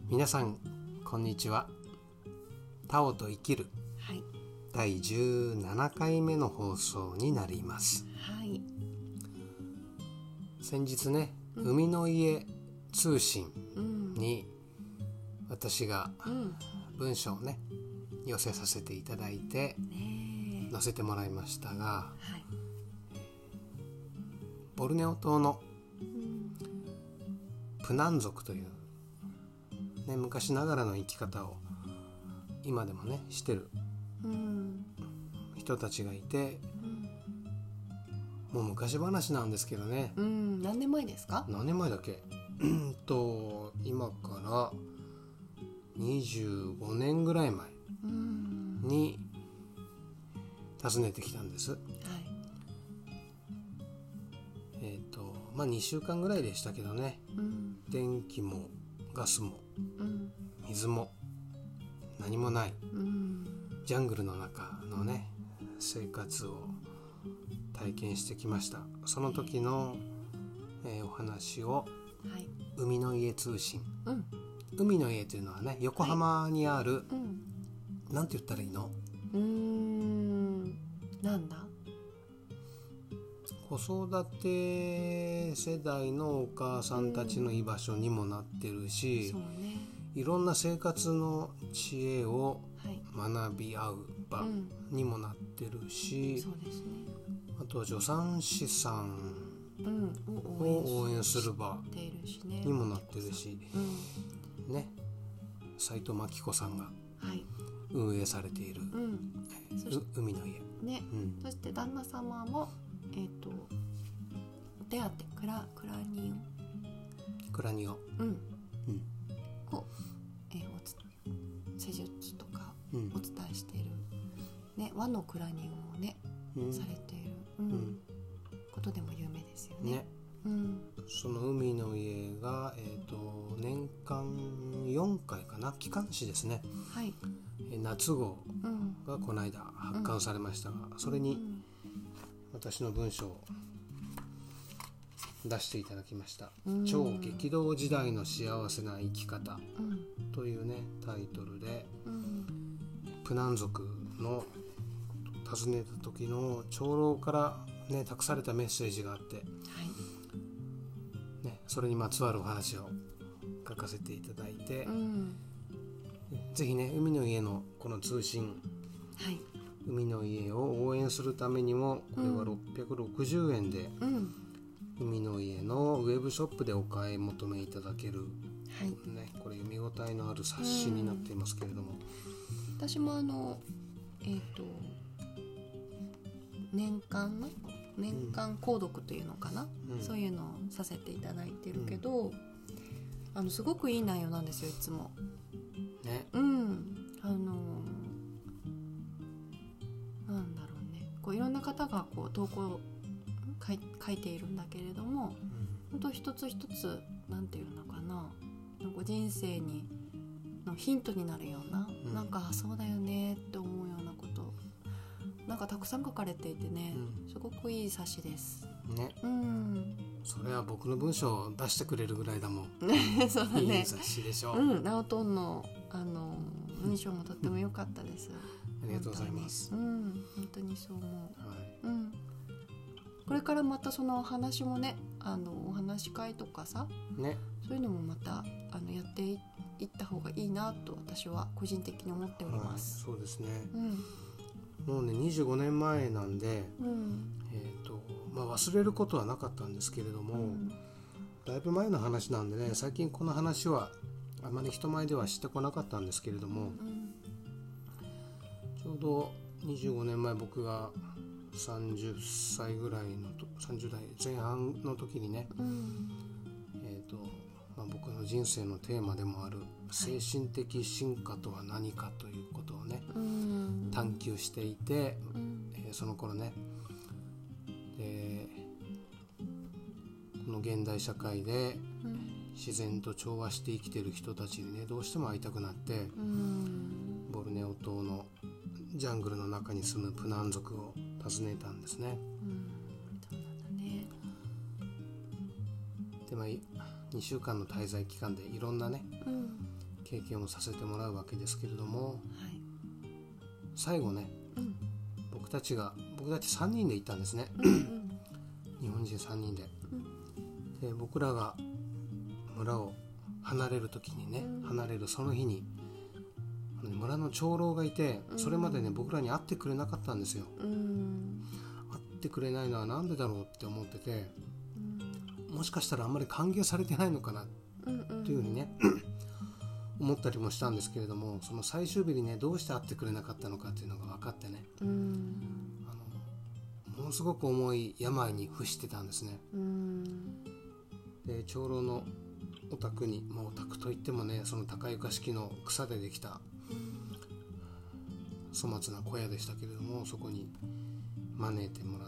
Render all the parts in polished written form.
皆さんこんにちは。タオと生きる、 はい、 第17回目の放送になります。 はい、 先日ね、海の家通信に私が文章をね寄せさせていただいて載せてもらいましたが、 はい、 ボルネオ島のプナン族という、ね、昔ながらの生き方を今でもねしてる人たちがいて、もう昔話なんですけどね、 何年前ですか？ 何年前だっけ今から25年ぐらい前に訪ねてきたんです。 はい、 2週間ぐらいでしたけどね、電気もガスも水も何もない、ジャングルの中のね生活を体験してきました。その時の、お話を、 はい、 海の家通信、海の家というのはね横浜にある、なんて言ったらいいの？ なんだ？ 子育て世代のお母さんたちの居場所にもなってるし、 そうね、 いろんな生活の知恵を学び合う場にもなってるし、 そうですね、 あとは助産師さんを応援する場にもなってるし、ね、斉藤真希子さんが運営されている、海の家、 ね、そして旦那様もお手当クラニオを、施術とかお伝えしている、ね、和のクラニオをね、されている、ことでも有名ですよね。 その海の家が、年間4回かな、機関誌ですね、 はい、 夏号がこの間発刊されましたが、それに私の文章を出していただきました。超激動時代の幸せな生き方というねタイトルで、プナン族の訪ねた時の長老からね託されたメッセージがあって、ね、それにまつわるお話を書かせていただいて、ぜひね海の家のこの通信、海の家を応援するためにもこれは660円で、海の家のウェブショップでお買い求めいただける、これ読み応えのある冊子になっていますけれども、 私も年間購読というのかな、そういうのをさせていただいてるけど、すごくいい内容なんですよいつもね。なんだろうね、こういろんな方がこう投稿を書いているんだけれども、本当一つ一つなんていうのかな、なんか人生のヒントになるような、なんかそうだよねって思うようなことなんかたくさん書かれていてね、すごくいい冊子ですね。 それは僕の文章を出してくれるぐらいだもんそうだね、 いい冊子でしょ。 ナオトンの文章もとっても良かったです。 ありがとうございます。 本当にそう思う。これからまたそのお話もね、お話し会とかさ、そういうのもまたやっていった方がいいなと私は個人的に思っております。 そうですね、もうね25年前なんで、忘れることはなかったんですけれども、だいぶ前の話なんでね、最近この話はあまり人前ではしてこなかったんですけれども、ちょうど25年前僕が30歳ぐらいの30代前半の時にね、僕の人生のテーマでもある精神的進化とは何かということをね、探求していて、その頃ね、この現代社会で自然と調和して生きている人たちにねどうしても会いたくなって、ボルネオ島のジャングルの中に住むプナン族を訪ねたんですね。 そうなんだね。 で2週間の滞在期間でいろんなね、 経験をさせてもらうわけですけれども、 はい、 最後ね、僕たち3人で行ったんですね、日本人3人で、で僕らが村を離れる時にね、離れるその日に村の長老がいて、それまでね僕らに会ってくれなかったんですよ。会ってくれないのはなんでだろうって思ってて、もしかしたらあんまり歓迎されてないのかなっていうふうにね思ったりもしたんですけれども、その最終日にねどうして会ってくれなかったのかっていうのが分かってね、ものすごく重い病に伏してたんですね。で長老のお宅に、お宅といってもね、その高床式の草でできた粗末な小屋でしたけれども、そこに招いてもらって、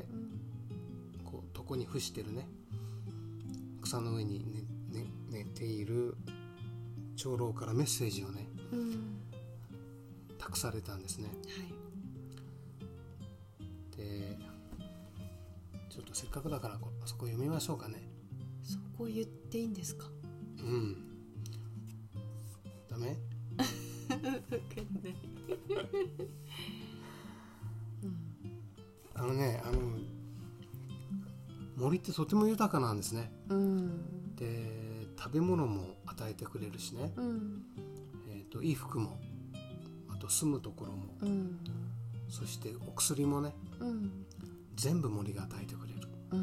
こう床に伏してるね、草の上に寝ている長老からメッセージをね、託されたんですね。でちょっとせっかくだからそこ読みましょうかね。 そこ言っていいんですか？ ダメ？ 分かんない森ってとても豊かなんですね。で食べ物も与えてくれるしね、衣服も、あと住むところも、そしてお薬もね、全部森が与えてくれる。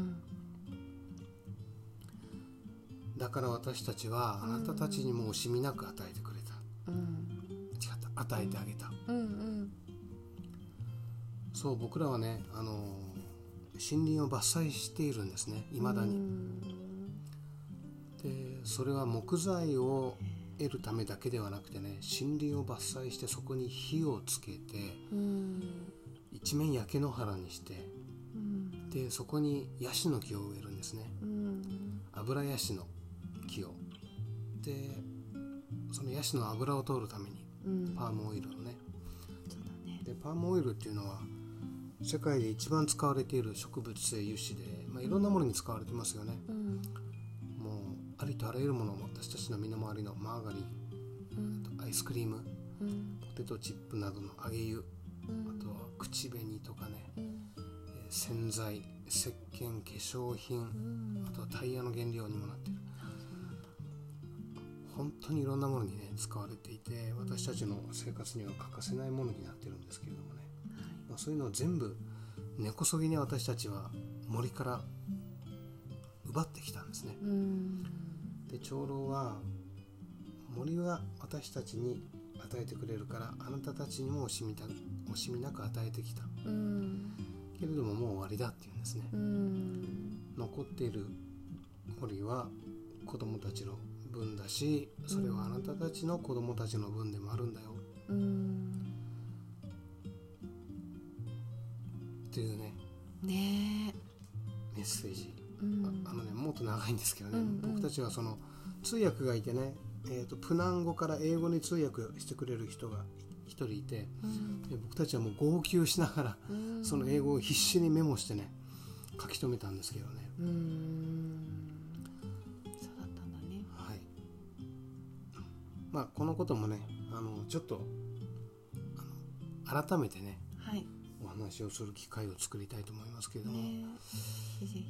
だから私たちはあなたたちにも惜しみなく与えてくれた、与えてあげた、そう僕らはね、森林を伐採しているんですね、未だに。でそれは木材を得るためだけではなくてね、森林を伐採してそこに火をつけて、一面焼け野原にして、でそこにヤシの木を植えるんですね、油ヤシの木を。でそのヤシの油を取るためにパームオイルをね、でパームオイルっていうのは世界で一番使われている植物性油脂で、いろんなものに使われてますよね。もうありとあらゆるものを私たちの身の回りのマーガリン、アイスクリーム、ポテトチップなどの揚げ油、あとは口紅とかね、洗剤、石鹸、化粧品、あとはタイヤの原料にもなっている。本当にいろんなものにね使われていて、私たちの生活には欠かせないものになっているんですけれどもね、そういうのを全部根こそぎに私たちは森から奪ってきたんですね。で長老は、森は私たちに与えてくれるからあなたたちにも惜しみなく与えてきた、けれどももう終わりだっていうんですね。残っている森は子供たちの分だし、それはあなたたちの子供たちの分でもあるんだよ、っていうねメッセージ、もっと長いんですけどね、僕たちはその通訳がいてね、プナン語から英語に通訳してくれる人が一人いて、で僕たちはもう号泣しながら、その英語を必死にメモしてね書き留めたんですけどね。 そうだったんだね。 はい。このこともね、ちょっと改めてね、お話をする機会を作りたいと思いますけれども、ぜひぜひ。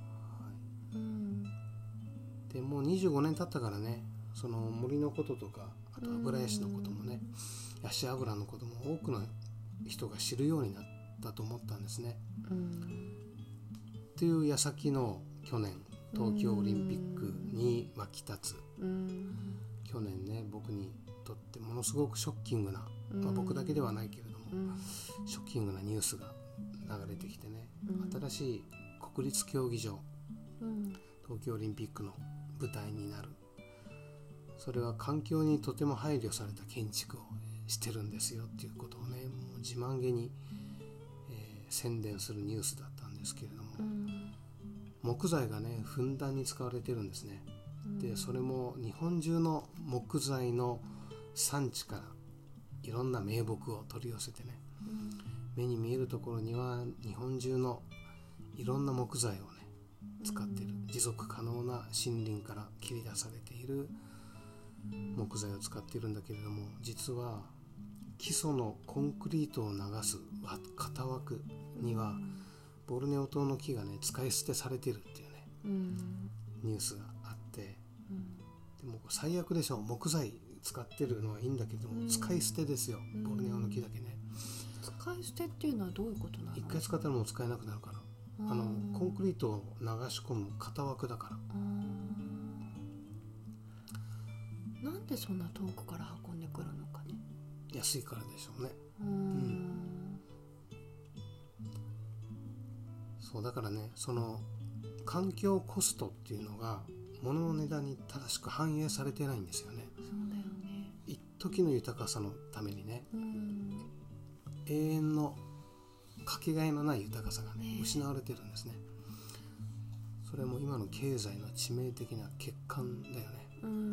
でもう25年経ったからね、その森のこととか、あと油ヤシのこともね、ヤシ油のことも多くの人が知るようになったと思ったんですね。っていう矢先の去年東京オリンピックに沸き立つ、去年ね僕にとってものすごくショッキングな、僕だけではないけれども、ショッキングなニュースが流れてきてね、新しい国立競技場、東京オリンピックの舞台になる。それは環境にとても配慮された建築をしてるんですよっていうことをね、もう自慢げに、宣伝するニュースだったんですけれども、木材がねふんだんに使われてるんですね。でそれも日本中の木材の産地からいろんな名木を取り寄せてね、目に見えるところには日本中のいろんな木材をね使っている、持続可能な森林から切り出されている木材を使っているんだけれども、実は基礎のコンクリートを流す型枠にはボルネオ島の木がね使い捨てされてるっていうね、ニュースがあって、でも最悪でしょ。木材使ってるのはいいんだけども、使い捨てですよ、ボルネオの木だけね。 使い捨てっていうのはどういうことなの？ 一回使ったらもう使えなくなるから、コンクリートを流し込む型枠だから。 なんでそんな遠くから運んでくるのかね。 安いからでしょうね。そうだからね、その環境コストっていうのが物の値段に正しく反映されてないんですよね。 そうだよね。 一時の豊かさのためにね、永遠のかけがえのない豊かさがね失われてるんですね。それも今の経済の致命的な欠陥だよね。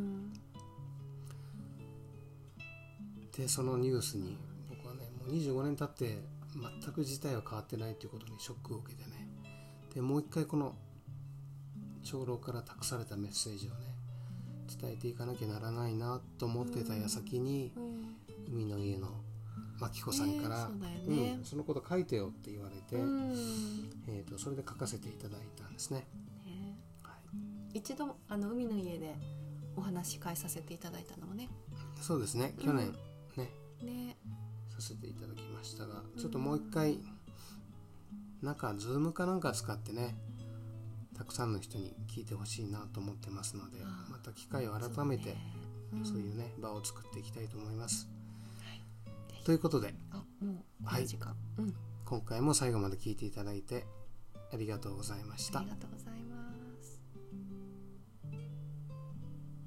でそのニュースに僕はね、もう25年経って全く事態は変わってないということにショックを受けてね、でもう一回この長老から託されたメッセージをね伝えていかなきゃならないなと思ってた矢先に、海の家のマキコさんから、そのこと書いてよって言われて、それで書かせていただいたんですね。 一度海の家でお話し会させていただいたのもね。 そうですね、去年させていただきましたが、ちょっともう一回なんかズームかなんか使ってね、たくさんの人に聞いてほしいなと思ってますので、また機会を改めてそういうね場を作っていきたいと思います。ということで、今回も最後まで聞いていただいてありがとうございました。 ありがとうございます。